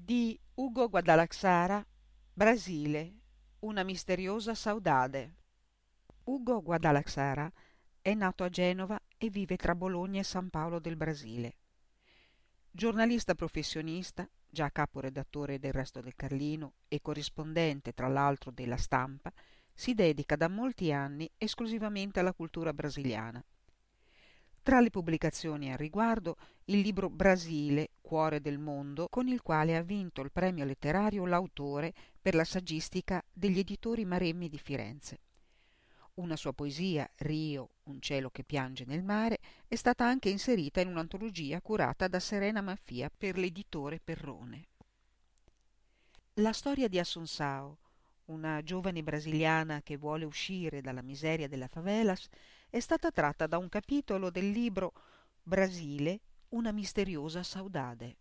Di Ugo Guadalixara, Brasile, una misteriosa saudade. Ugo Guadalixara è nato a Genova e vive tra Bologna e San Paolo del Brasile. Giornalista professionista, già caporedattore del Resto del Carlino e corrispondente tra l'altro della Stampa, si dedica da molti anni esclusivamente alla cultura brasiliana. Tra le pubblicazioni al riguardo il libro Brasile, cuore del mondo, con il quale ha vinto il premio letterario l'autore per la saggistica degli editori Maremmi di Firenze. Una sua poesia, Rio, un cielo che piange nel mare, è stata anche inserita in un'antologia curata da Serena Maffia per l'editore Perrone. La storia di Assunção, una giovane brasiliana che vuole uscire dalla miseria della favelas, è stata tratta da un capitolo del libro Brasile, una misteriosa saudade.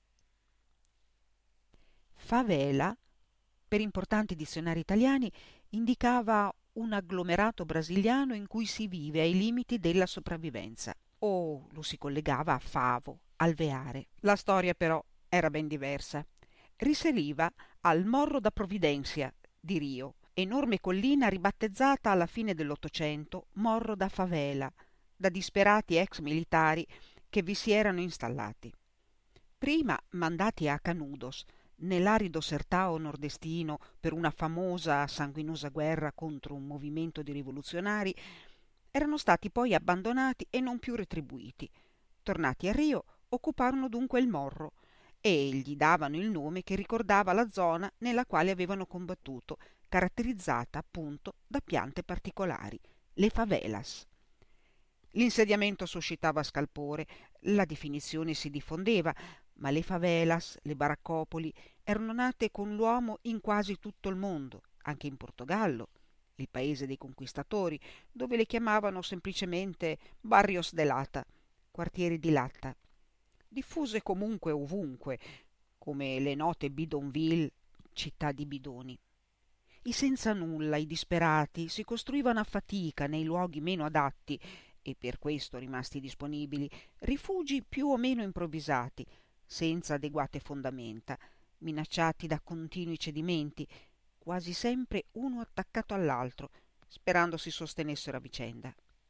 Favela, per importanti dizionari italiani, indicava un agglomerato brasiliano in cui si vive ai limiti della sopravvivenza, o lo si collegava a favo, alveare. La storia però era ben diversa. Risaliva al Morro da Providencia di Rio, enorme collina ribattezzata alla fine dell'Ottocento Morro da Favela, da disperati ex militari che vi si erano installati. Prima mandati a Canudos, nell'arido sertao nordestino per una famosa sanguinosa guerra contro un movimento di rivoluzionari, erano stati poi abbandonati e non più retribuiti. Tornati a Rio, occuparono dunque il Morro e gli davano il nome che ricordava la zona nella quale avevano combattuto, caratterizzata appunto da piante particolari, le favelas. L'insediamento suscitava scalpore, la definizione si diffondeva, ma le favelas, le baraccopoli, erano nate con l'uomo in quasi tutto il mondo, anche in Portogallo, il paese dei conquistatori, dove le chiamavano semplicemente barrios de lata, quartieri di latta, diffuse comunque ovunque, come le note Bidonville, città di bidoni. I senza nulla, i disperati, si costruivano a fatica nei luoghi meno adatti e per questo rimasti disponibili, rifugi più o meno improvvisati, senza adeguate fondamenta, minacciati da continui cedimenti, quasi sempre uno attaccato all'altro, sperando si sostenessero a vicenda.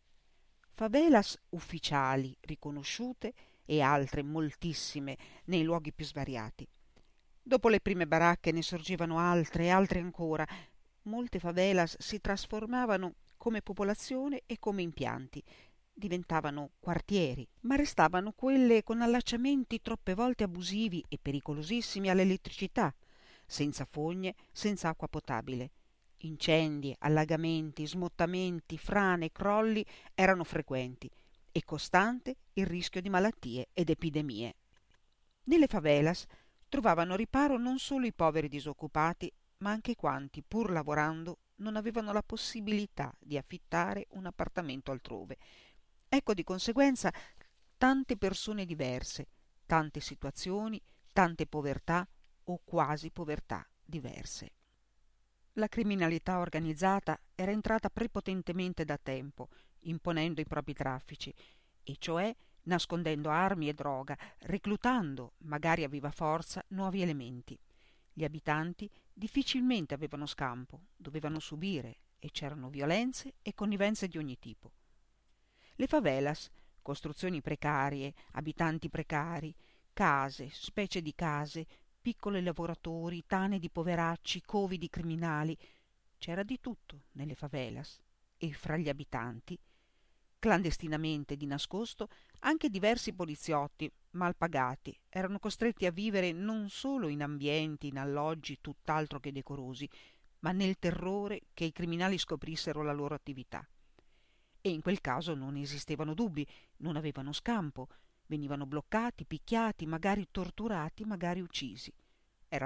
Favelas ufficiali, riconosciute, e altre moltissime nei luoghi più svariati. Dopo le prime baracche ne sorgevano altre e altre ancora. Molte favelas si trasformavano come popolazione e come impianti, diventavano quartieri, ma restavano quelle con allacciamenti troppe volte abusivi e pericolosissimi all'elettricità, senza fogne, senza acqua potabile. Incendi, allagamenti, smottamenti, frane, crolli erano frequenti e costante il rischio di malattie ed epidemie. Nelle favelas trovavano riparo non solo i poveri disoccupati, ma anche quanti, pur lavorando, non avevano la possibilità di affittare un appartamento altrove. Ecco di conseguenza tante persone diverse, tante situazioni, tante povertà o quasi povertà diverse. La criminalità organizzata era entrata prepotentemente da tempo, imponendo i propri traffici, e cioè nascondendo armi e droga, reclutando, magari a viva forza, nuovi elementi. Gli abitanti difficilmente avevano scampo, dovevano subire, e c'erano violenze e connivenze di ogni tipo. Le favelas, costruzioni precarie, abitanti precari, case, specie di case, piccoli lavoratori, tane di poveracci, covi di criminali. C'era di tutto nelle favelas e fra gli abitanti, clandestinamente di nascosto, anche diversi poliziotti mal pagati erano costretti a vivere non solo in ambienti, in alloggi tutt'altro che decorosi, ma nel terrore che i criminali scoprissero la loro attività. E in quel caso non esistevano dubbi, non avevano scampo, venivano bloccati, picchiati, magari torturati, magari uccisi. Era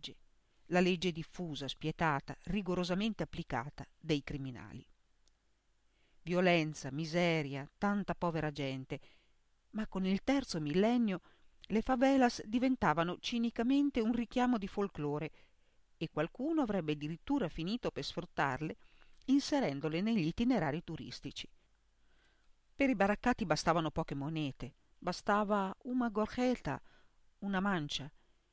la legge diffusa, spietata, rigorosamente applicata dai criminali. Violenza, miseria, tanta povera gente, ma con il terzo millennio le favelas diventavano cinicamente un richiamo di folklore e qualcuno avrebbe addirittura finito per sfruttarle inserendole negli itinerari turistici. Per i baraccati bastavano poche monete, bastava una gorjeta, una mancia,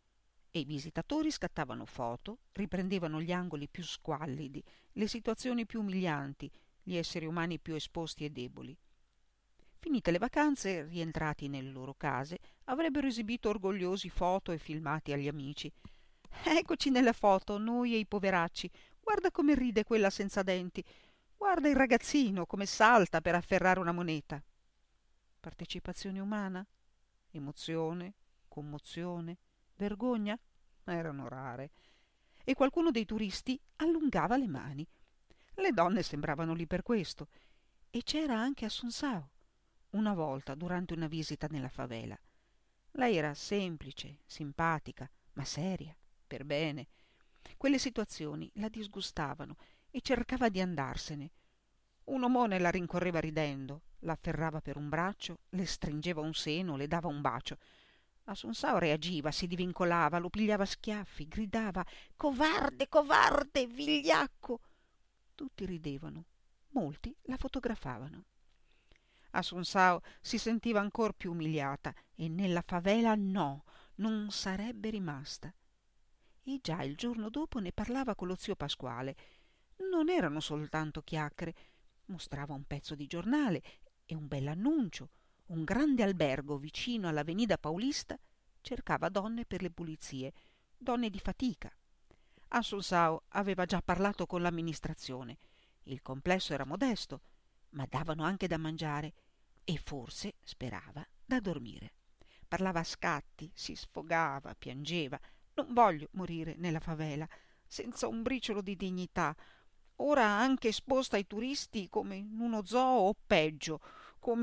e i visitatori scattavano foto, riprendevano gli angoli più squallidi, le situazioni più umilianti, gli esseri umani più esposti e deboli. Finite le vacanze, rientrati nelle loro case, avrebbero esibito orgogliosi foto e filmati agli amici. Eccoci nella foto, noi e i poveracci. Guarda come ride quella senza denti. Guarda il ragazzino come salta per afferrare una moneta. Partecipazione umana? Emozione? Commozione? Vergogna? Erano rare. E qualcuno dei turisti allungava le mani. Le donne sembravano lì per questo. E c'era anche Assunzao, una volta durante una visita nella favela. Lei era semplice, simpatica, ma seria, per bene. Quelle situazioni la disgustavano e cercava di andarsene. Un omone la rincorreva ridendo, la afferrava per un braccio, le stringeva un seno, le dava un bacio. Assunzao reagiva, si divincolava, lo pigliava a schiaffi, gridava «Covarde, covarde, vigliacco!». Tutti ridevano, molti la fotografavano. Assunzao si sentiva ancor più umiliata e nella favela no, non sarebbe rimasta. E già il giorno dopo ne parlava con lo zio Pasquale. Non erano soltanto chiacchiere, mostrava un pezzo di giornale e un bell'annuncio. Un grande albergo vicino all'Avenida Paulista cercava donne per le pulizie, donne di fatica. Assunzao aveva già parlato con l'amministrazione. Il complesso era modesto, ma davano anche da mangiare e forse, sperava, da dormire. Parlava a scatti, si sfogava, piangeva. Non voglio morire nella favela, senza un briciolo di dignità, ora anche esposta ai turisti come in uno zoo o peggio, come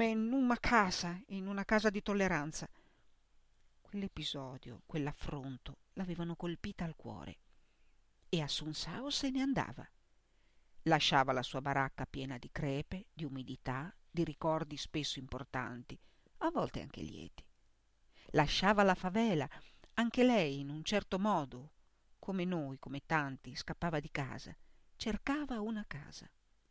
in una casa di tolleranza. Quell'episodio, quell'affronto l'avevano colpita al cuore e Assunzao se ne andava. Lasciava la sua baracca piena di crepe, di umidità, di ricordi spesso importanti, a volte anche lieti. Lasciava la favela, anche lei in un certo modo, come noi, come tanti, scappava di casa, cercava una casa.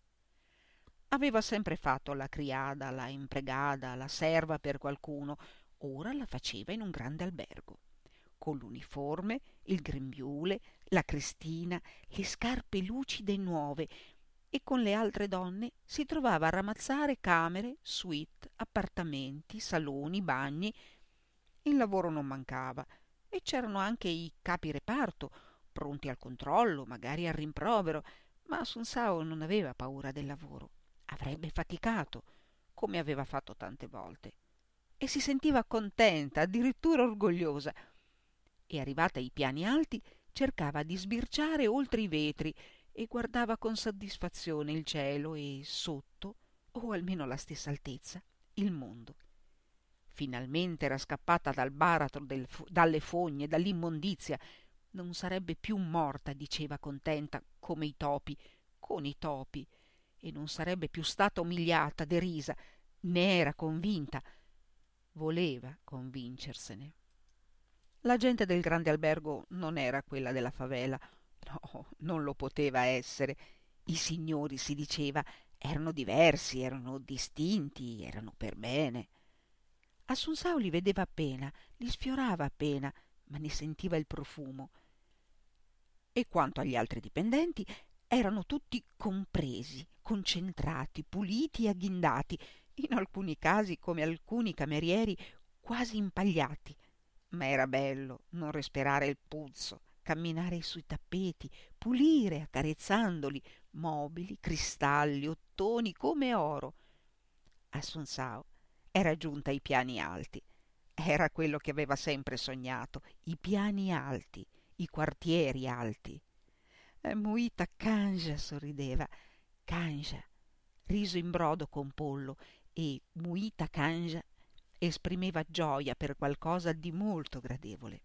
Aveva sempre fatto la criada, la impregada, la serva per qualcuno, ora la faceva in un grande albergo, con l'uniforme, il grembiule, la cristina, le scarpe lucide e nuove, e con le altre donne si trovava a ramazzare camere, suite, appartamenti, saloni, bagni. Il lavoro non mancava e c'erano anche i capi reparto, pronti al controllo, magari al rimprovero, ma Assunzao non aveva paura del lavoro. Avrebbe faticato, come aveva fatto tante volte, e si sentiva contenta, addirittura orgogliosa. E arrivata ai piani alti, cercava di sbirciare oltre i vetri e guardava con soddisfazione il cielo e sotto, o almeno alla stessa altezza, il mondo. Finalmente era scappata dal baratro dalle fogne, dall'immondizia. Non sarebbe più morta, diceva contenta, come i topi, con i topi, e non sarebbe più stata umiliata, derisa, ne era convinta. Voleva convincersene. La gente del grande albergo non era quella della favela. No, non lo poteva essere. I signori, si diceva, erano diversi, erano distinti, erano per bene. Assunzao li vedeva appena, li sfiorava appena, ma ne sentiva il profumo. E quanto agli altri dipendenti, erano tutti compresi, concentrati, puliti e agghindati, in alcuni casi, come alcuni camerieri, quasi impagliati. Ma era bello non respirare il puzzo, camminare sui tappeti, pulire accarezzandoli, mobili, cristalli, ottoni come oro. Assunzao era giunta ai piani alti. Era quello che aveva sempre sognato, i piani alti, i quartieri alti. Muita Kanja sorrideva. Kanja, riso in brodo con pollo, e Muita Kanja esprimeva gioia per qualcosa di molto gradevole.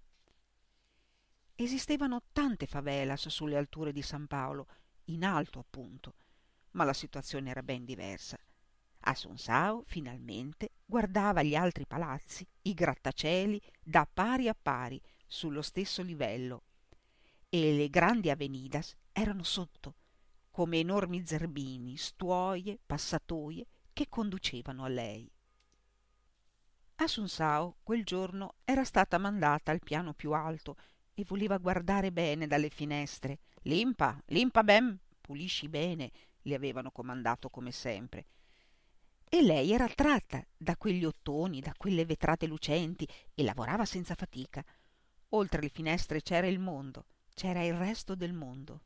Esistevano tante favelas sulle alture di San Paolo, in alto appunto, ma la situazione era ben diversa. Assunzao finalmente guardava gli altri palazzi, i grattacieli, da pari a pari, sullo stesso livello, e le grandi avenidas erano sotto, come enormi zerbini, stuoie, passatoie che conducevano a lei. Assunzao quel giorno era stata mandata al piano più alto e voleva guardare bene dalle finestre. Limpa, limpa ben, pulisci bene, le avevano comandato come sempre. E lei era attratta da quegli ottoni, da quelle vetrate lucenti, e lavorava senza fatica. Oltre le finestre c'era il mondo, c'era il resto del mondo.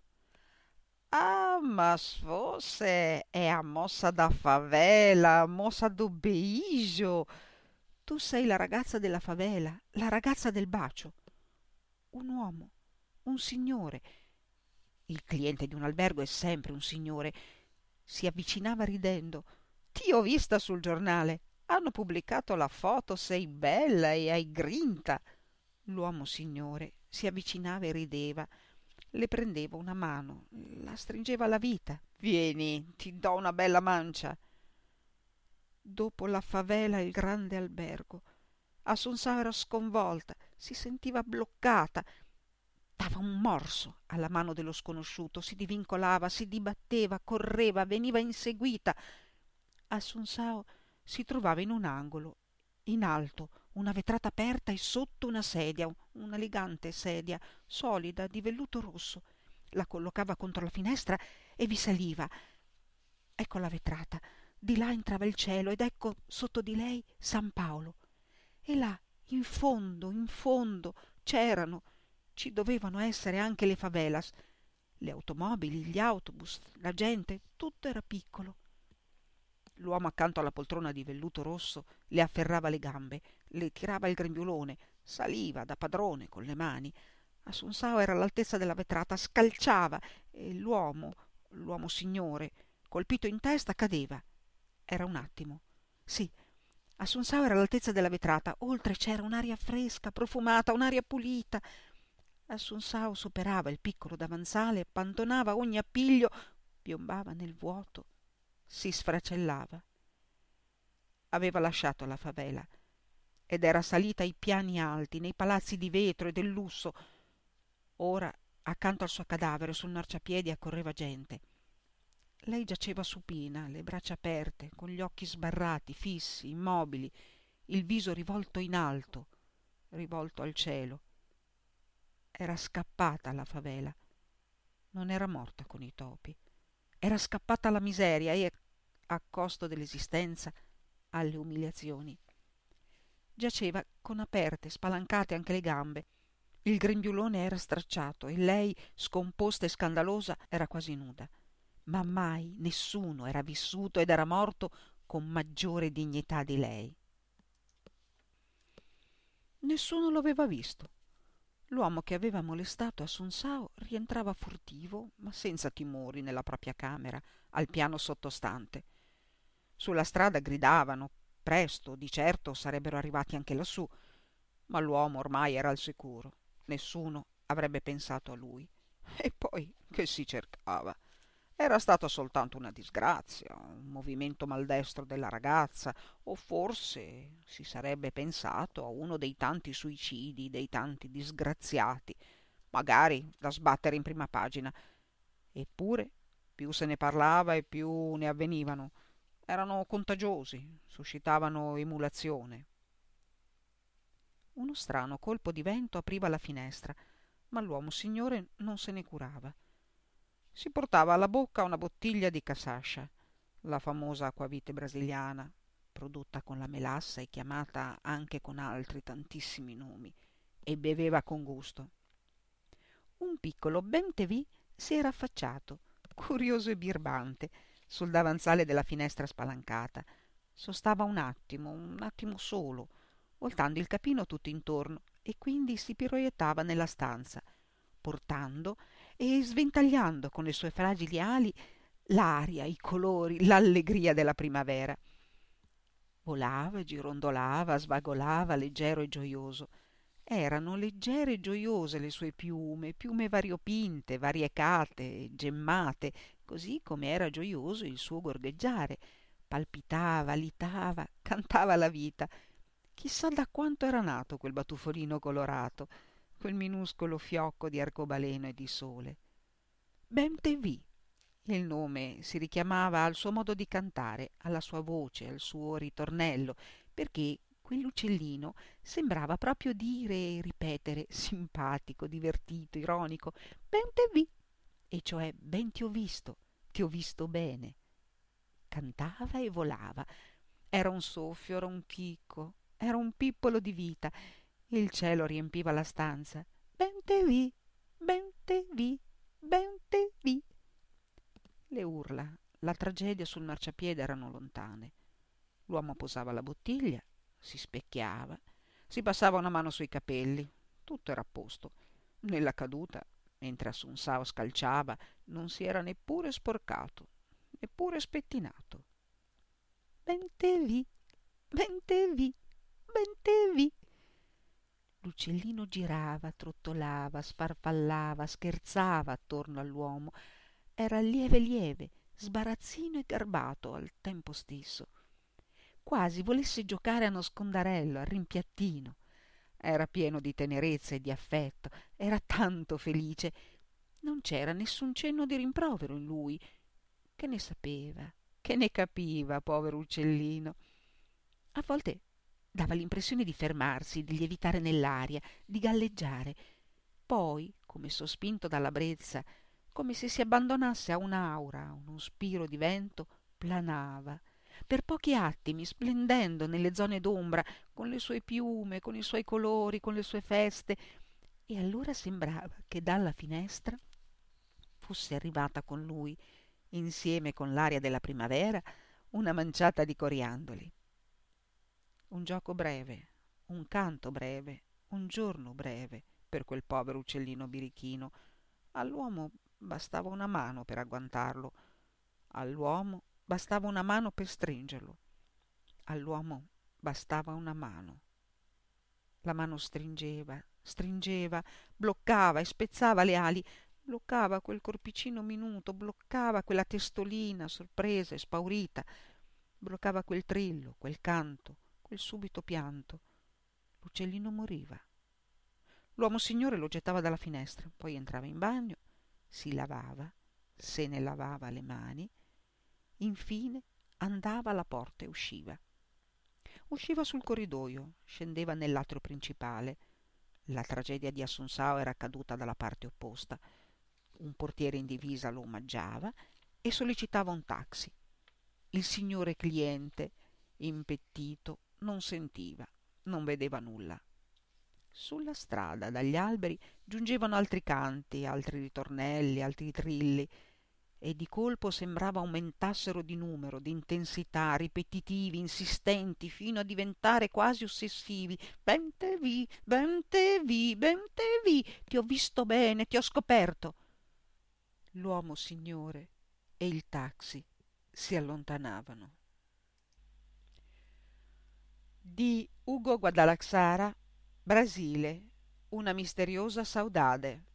Ah, mas você é a moça da favela, a moça do beijo. Tu sei la ragazza della favela, la ragazza del bacio. Un uomo, un signore. Il cliente di un albergo è sempre un signore. Si avvicinava ridendo. Ti ho vista sul giornale. Hanno pubblicato la foto, sei bella e hai grinta. L'uomo signore si avvicinava e rideva. Le prendeva una mano, la stringeva alla vita. Vieni, ti do una bella mancia. Dopo la favela e il grande albergo, Assunção era sconvolta, si sentiva bloccata. Dava un morso alla mano dello sconosciuto, si divincolava, si dibatteva, correva, veniva inseguita. Assunção si trovava in un angolo, in alto, una vetrata aperta e sotto una sedia, un'elegante sedia, solida, di velluto rosso. La collocava contro la finestra e vi saliva. Ecco la vetrata, di là entrava il cielo ed ecco sotto di lei San Paolo. E là, in fondo, c'erano, ci dovevano essere anche le favelas, le automobili, gli autobus, la gente, tutto era piccolo. L'uomo accanto alla poltrona di velluto rosso le afferrava le gambe, le tirava il grembiulone, saliva da padrone con le mani. Assunção era all'altezza della vetrata, scalciava e l'uomo signore, colpito in testa, cadeva. Era un attimo. Sì, Assunção era all'altezza della vetrata, oltre c'era un'aria fresca, profumata, un'aria pulita. Assunção superava il piccolo davanzale, appantonava ogni appiglio, piombava nel vuoto, si sfracellava. Aveva lasciato la favela ed era salita ai piani alti, nei palazzi di vetro e del lusso. Ora, accanto al suo cadavere, sul marciapiedi accorreva gente. Lei giaceva supina, le braccia aperte, con gli occhi sbarrati, fissi, immobili, il viso rivolto in alto, rivolto al cielo. Era scappata alla favela. Non era morta con i topi. Era scappata alla miseria e, a costo dell'esistenza, alle umiliazioni. Giaceva con aperte, spalancate anche le gambe. Il grembiulone era stracciato e lei, scomposta e scandalosa, era quasi nuda. Ma mai nessuno era vissuto ed era morto con maggiore dignità di lei. Nessuno lo aveva visto. L'uomo che aveva molestato Assunção rientrava furtivo, ma senza timori, nella propria camera, al piano sottostante. Sulla strada gridavano, presto, di certo sarebbero arrivati anche lassù, ma l'uomo ormai era al sicuro. Nessuno avrebbe pensato a lui. E poi che si cercava? Era stata soltanto una disgrazia, un movimento maldestro della ragazza, o forse si sarebbe pensato a uno dei tanti suicidi, dei tanti disgraziati, magari da sbattere in prima pagina. Eppure, più se ne parlava e più ne avvenivano. Erano contagiosi, suscitavano emulazione. Uno strano colpo di vento apriva la finestra, ma l'uomo signore non se ne curava. Si portava alla bocca una bottiglia di casascia, la famosa acquavite brasiliana, prodotta con la melassa e chiamata anche con altri tantissimi nomi, e beveva con gusto. Un piccolo Bentevi si era affacciato, curioso e birbante, sul davanzale della finestra spalancata. Sostava un attimo solo, voltando il capino tutto intorno, e quindi si piroettava nella stanza, portando e sventagliando con le sue fragili ali l'aria, i colori, l'allegria della primavera. Volava, girondolava, svagolava, leggero e gioioso. Erano leggere e gioiose le sue piume variopinte, variegate, gemmate, così come era gioioso il suo gorgheggiare. Palpitava, litava, cantava la vita. Chissà da quanto era nato quel batuffolino colorato, quel minuscolo fiocco di arcobaleno e di sole. Bentevi. Il nome si richiamava al suo modo di cantare, alla sua voce, al suo ritornello, perché Quell'uccellino sembrava proprio dire e ripetere, simpatico, divertito, ironico, ben te vi, e cioè ben ti ho visto bene. Cantava e volava. Era un soffio, era un chicco, era un pippolo di vita. Il cielo riempiva la stanza. Ben te vi, ben te vi, ben te vi. Le urla, la tragedia sul marciapiede erano lontane. L'uomo posava la bottiglia, si specchiava, si passava una mano sui capelli. Tutto era a posto. Nella caduta, mentre Assunzao scalciava, non si era neppure sporcato, neppure spettinato. Ben te vi, ben te vi, ben te vi. L'uccellino girava, trottolava, sfarfallava, scherzava attorno all'uomo. Era lieve lieve, sbarazzino e garbato al tempo stesso. Quasi volesse giocare a nascondarello, a rimpiattino. Era pieno di tenerezza e di affetto, era tanto felice. Non c'era nessun cenno di rimprovero in lui. Che ne sapeva, che ne capiva, povero uccellino. A volte dava l'impressione di fermarsi, di lievitare nell'aria, di galleggiare. Poi, come sospinto dalla brezza, come se si abbandonasse a un'aura, a uno spiro di vento, planava per pochi attimi, splendendo nelle zone d'ombra, con le sue piume, con i suoi colori, con le sue feste, e allora sembrava che dalla finestra fosse arrivata con lui, insieme con l'aria della primavera, una manciata di coriandoli. Un gioco breve, un canto breve, un giorno breve per quel povero uccellino birichino. All'uomo bastava una mano per agguantarlo, all'uomo bastava una mano per stringerlo, all'uomo bastava una mano. La mano stringeva, stringeva, bloccava e spezzava le ali, bloccava quel corpicino minuto, bloccava quella testolina sorpresa e spaurita, bloccava quel trillo, quel canto, quel subito pianto. L'uccellino moriva. L'uomo signore lo gettava dalla finestra, poi entrava in bagno, si lavava, se ne lavava le mani, infine andava alla porta e usciva. Usciva sul corridoio, scendeva nell'atrio principale. La tragedia di Assunzao era accaduta dalla parte opposta. Un portiere in divisa lo omaggiava e sollecitava un taxi. Il signore cliente, impettito, non sentiva, non vedeva nulla. Sulla strada, dagli alberi, giungevano altri canti, altri ritornelli, altri trilli, e di colpo sembrava aumentassero di numero, di intensità, ripetitivi, insistenti, fino a diventare quasi ossessivi. Ben te vi, ben te vi, ben te vi, ti ho visto bene, ti ho scoperto. L'uomo signore e il taxi si allontanavano. Di Ugo Guadalaxara, Brasile, una misteriosa saudade.